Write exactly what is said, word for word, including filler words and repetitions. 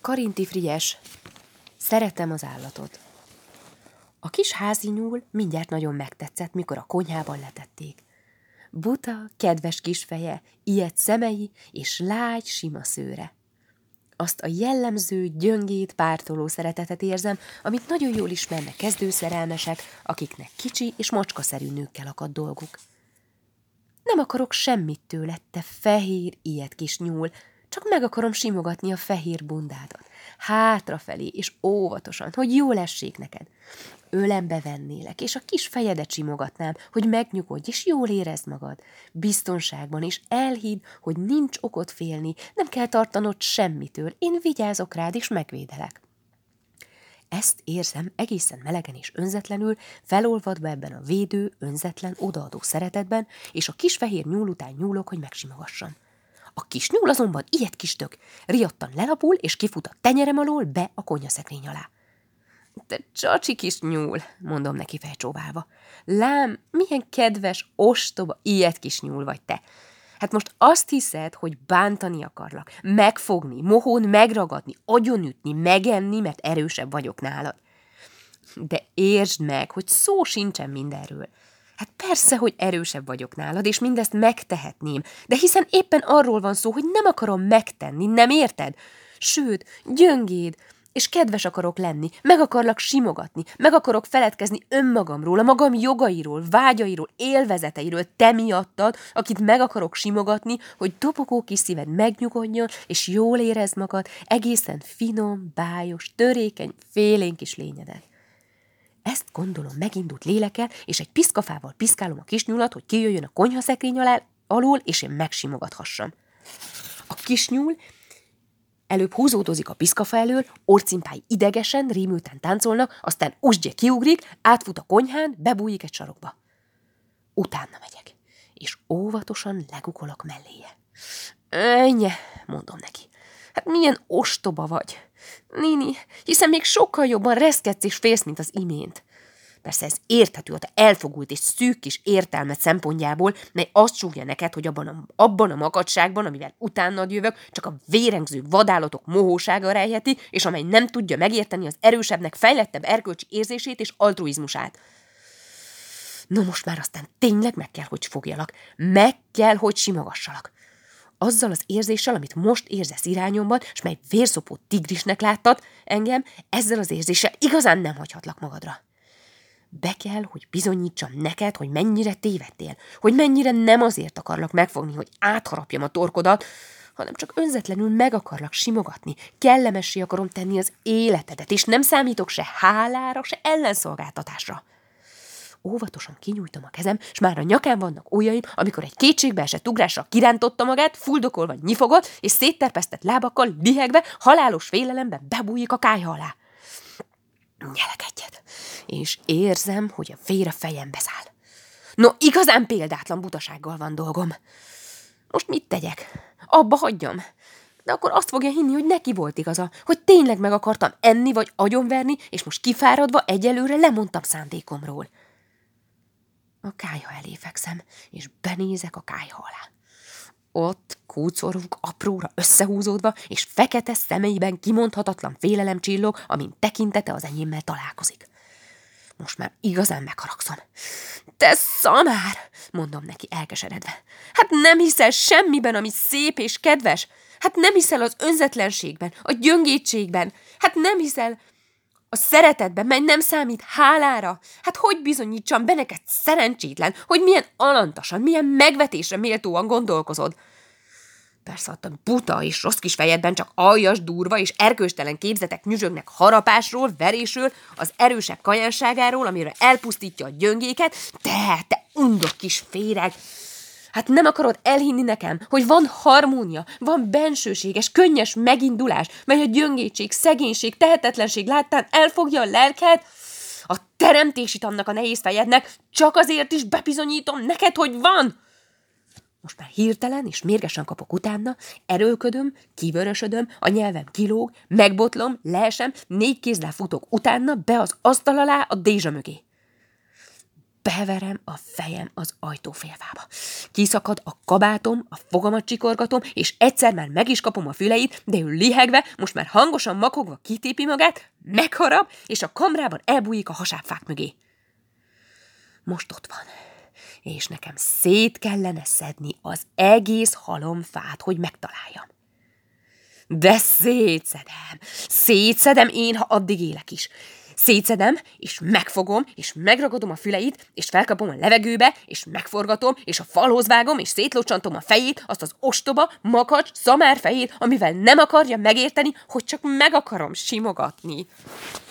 Karinti Frigyes, szeretem az állatot. A kis házi nyúl mindjárt nagyon megtetszett, mikor a konyhában letették. Buta, kedves kis feje, ilyet szemei és lágy, sima szőre. Azt a jellemző, gyöngét, pártoló szeretetet érzem, amit nagyon jól ismernek kezdőszerelmesek, akiknek kicsi és macskaszerű nőkkel akad dolguk. Nem akarok semmit tőle, te fehér, ilyet kis nyúl, csak meg akarom simogatni a fehér bundádat. Hátrafelé és óvatosan, hogy jól essék neked. Ölembe vennélek, és a kis fejedet simogatnám, hogy megnyugodj, és jól érezd magad. Biztonságban, és elhidd, hogy nincs okot félni, nem kell tartanod semmitől, én vigyázok rád, és megvédelek. Ezt érzem egészen melegen és önzetlenül, felolvadva ebben a védő, önzetlen, odaadó szeretetben, és a kis fehér nyúl után nyúlok, hogy megsimogassam. A kis nyúl azonban ilyet kis tök, riadtan lelapul, és kifut a tenyerem alól be a konyhaszekrény alá. Te csacsi kis nyúl, mondom neki felcsóválva. Lám, milyen kedves, ostoba, ilyet kis nyúl vagy te. Hát most azt hiszed, hogy bántani akarlak, megfogni, mohón megragadni, agyonütni, megenni, mert erősebb vagyok nálad. De értsd meg, hogy szó sincsen mindenről. Hát persze, hogy erősebb vagyok nálad, és mindezt megtehetném, de hiszen éppen arról van szó, hogy nem akarom megtenni, nem érted? Sőt, gyöngéd, és kedves akarok lenni, meg akarlak simogatni, meg akarok feledkezni önmagamról, a magam jogairól, vágyairól, élvezeteiről, te miattad, akit meg akarok simogatni, hogy dobogó kis szíved megnyugodjon, és jól érezd magad, egészen finom, bájos, törékeny, félénk kis lényedet. Ezt gondolom megindult lélekkel, és egy piszkafával piszkálom a kisnyúlat, hogy kijöjjön a konyhaszekrény alá, alól, és én megsimogathassam. A kisnyúl előbb húzódozik a piszkafa elől, orcimpái idegesen, rémülten táncolnak, aztán usgye kiugrik, átfut a konyhán, bebújik egy sarokba. Utána megyek, és óvatosan legukolok melléje. Ennyi, mondom neki. Hát milyen ostoba vagy. Nini, hiszen még sokkal jobban reszkedsz és félsz, mint az imént. Persze ez érthető a te elfogult és szűk kis értelmet szempontjából, mely azt súgja neked, hogy abban a, abban a makadságban, amivel utánad jövök, csak a vérengző vadállatok mohósága rejheti, és amely nem tudja megérteni az erősebbnek fejlettebb erkölcsi érzését és altruizmusát. No most már aztán tényleg meg kell, hogy fogjalak. Meg kell, hogy simogassalak. Azzal az érzéssel, amit most érzesz irányomban, és mely vérszopó tigrisnek láttad engem, ezzel az érzéssel igazán nem hagyhatlak magadra. Be kell, hogy bizonyítsam neked, hogy mennyire tévedtél, hogy mennyire nem azért akarlak megfogni, hogy átharapjam a torkodat, hanem csak önzetlenül meg akarlak simogatni, kellemessé akarom tenni az életedet, és nem számítok se hálára, se ellenszolgáltatásra. Óvatosan kinyújtom a kezem, s már a nyakán vannak ujjaim, amikor egy kétségbeesett ugrásra kirántotta magát, fuldokolva nyifogott, és szétterpesztett lábakkal, lihegve, halálos félelemben bebújik a kályha alá. Nyelek egyet, és érzem, hogy a vér a fejembe száll. No, igazán példátlan butasággal van dolgom. Most mit tegyek? Abba hagyjam. De akkor azt fogja hinni, hogy neki volt igaza, hogy tényleg meg akartam enni vagy agyonverni, és most kifáradva egyelőre lemondtam szándékomról. A kályha elé fekszem, és benézek a kályha alá. Ott kúcorunk apróra összehúzódva, és fekete szemeiben kimondhatatlan félelem csillog, amint tekintete az enyémmel találkozik. Most már igazán megharagszom. Te szamár, mondom neki elkeseredve. Hát nem hiszel semmiben, ami szép és kedves. Hát nem hiszel az önzetlenségben, a gyöngétségben. Hát nem hiszel a szeretetben, mely nem számít hálára. Hát hogy bizonyítsam be neked szerencsétlen, hogy milyen alantasan, milyen megvetésre méltóan gondolkozod. Persze a buta és rossz kis fejedben csak aljas, durva és erkölcstelen képzetek nyüzsögnek harapásról, verésről, az erősebb kajánságáról, amire elpusztítja a gyöngéket. Te, te undok kis féreg! Hát nem akarod elhinni nekem, hogy van harmónia, van bensőséges, könnyes megindulás, mely a gyöngétség, szegénység, tehetetlenség láttán elfogja a lelked? A teremtését annak a nehéz fejednek csak azért is bebizonyítom neked, hogy van! Most már hirtelen és mérgesen kapok utána, erőlködöm, kivörösödöm, a nyelvem kilóg, megbotlom, leesem, négy kézzel futok utána be az asztal alá a dézsa mögé. beverem a fejem az ajtófélfába. Kiszakad a kabátom, a fogamat csikorgatom, és egyszer már meg is kapom a füleit, de ő lihegve, most már hangosan makogva kitépi magát, megharap, és a kamrában elbújik a hasábfák mögé. Most ott van, és nekem szét kellene szedni az egész halomfát, hogy megtaláljam. De szétszedem, szétszedem én, ha addig élek is. Szétszedem, és megfogom, és megragadom a füleit, és felkapom a levegőbe, és megforgatom, és a falhoz vágom, és szétlocsantom a fejét, azt az ostoba, makacs, szamár fejét, amivel nem akarja megérteni, hogy csak meg akarom simogatni.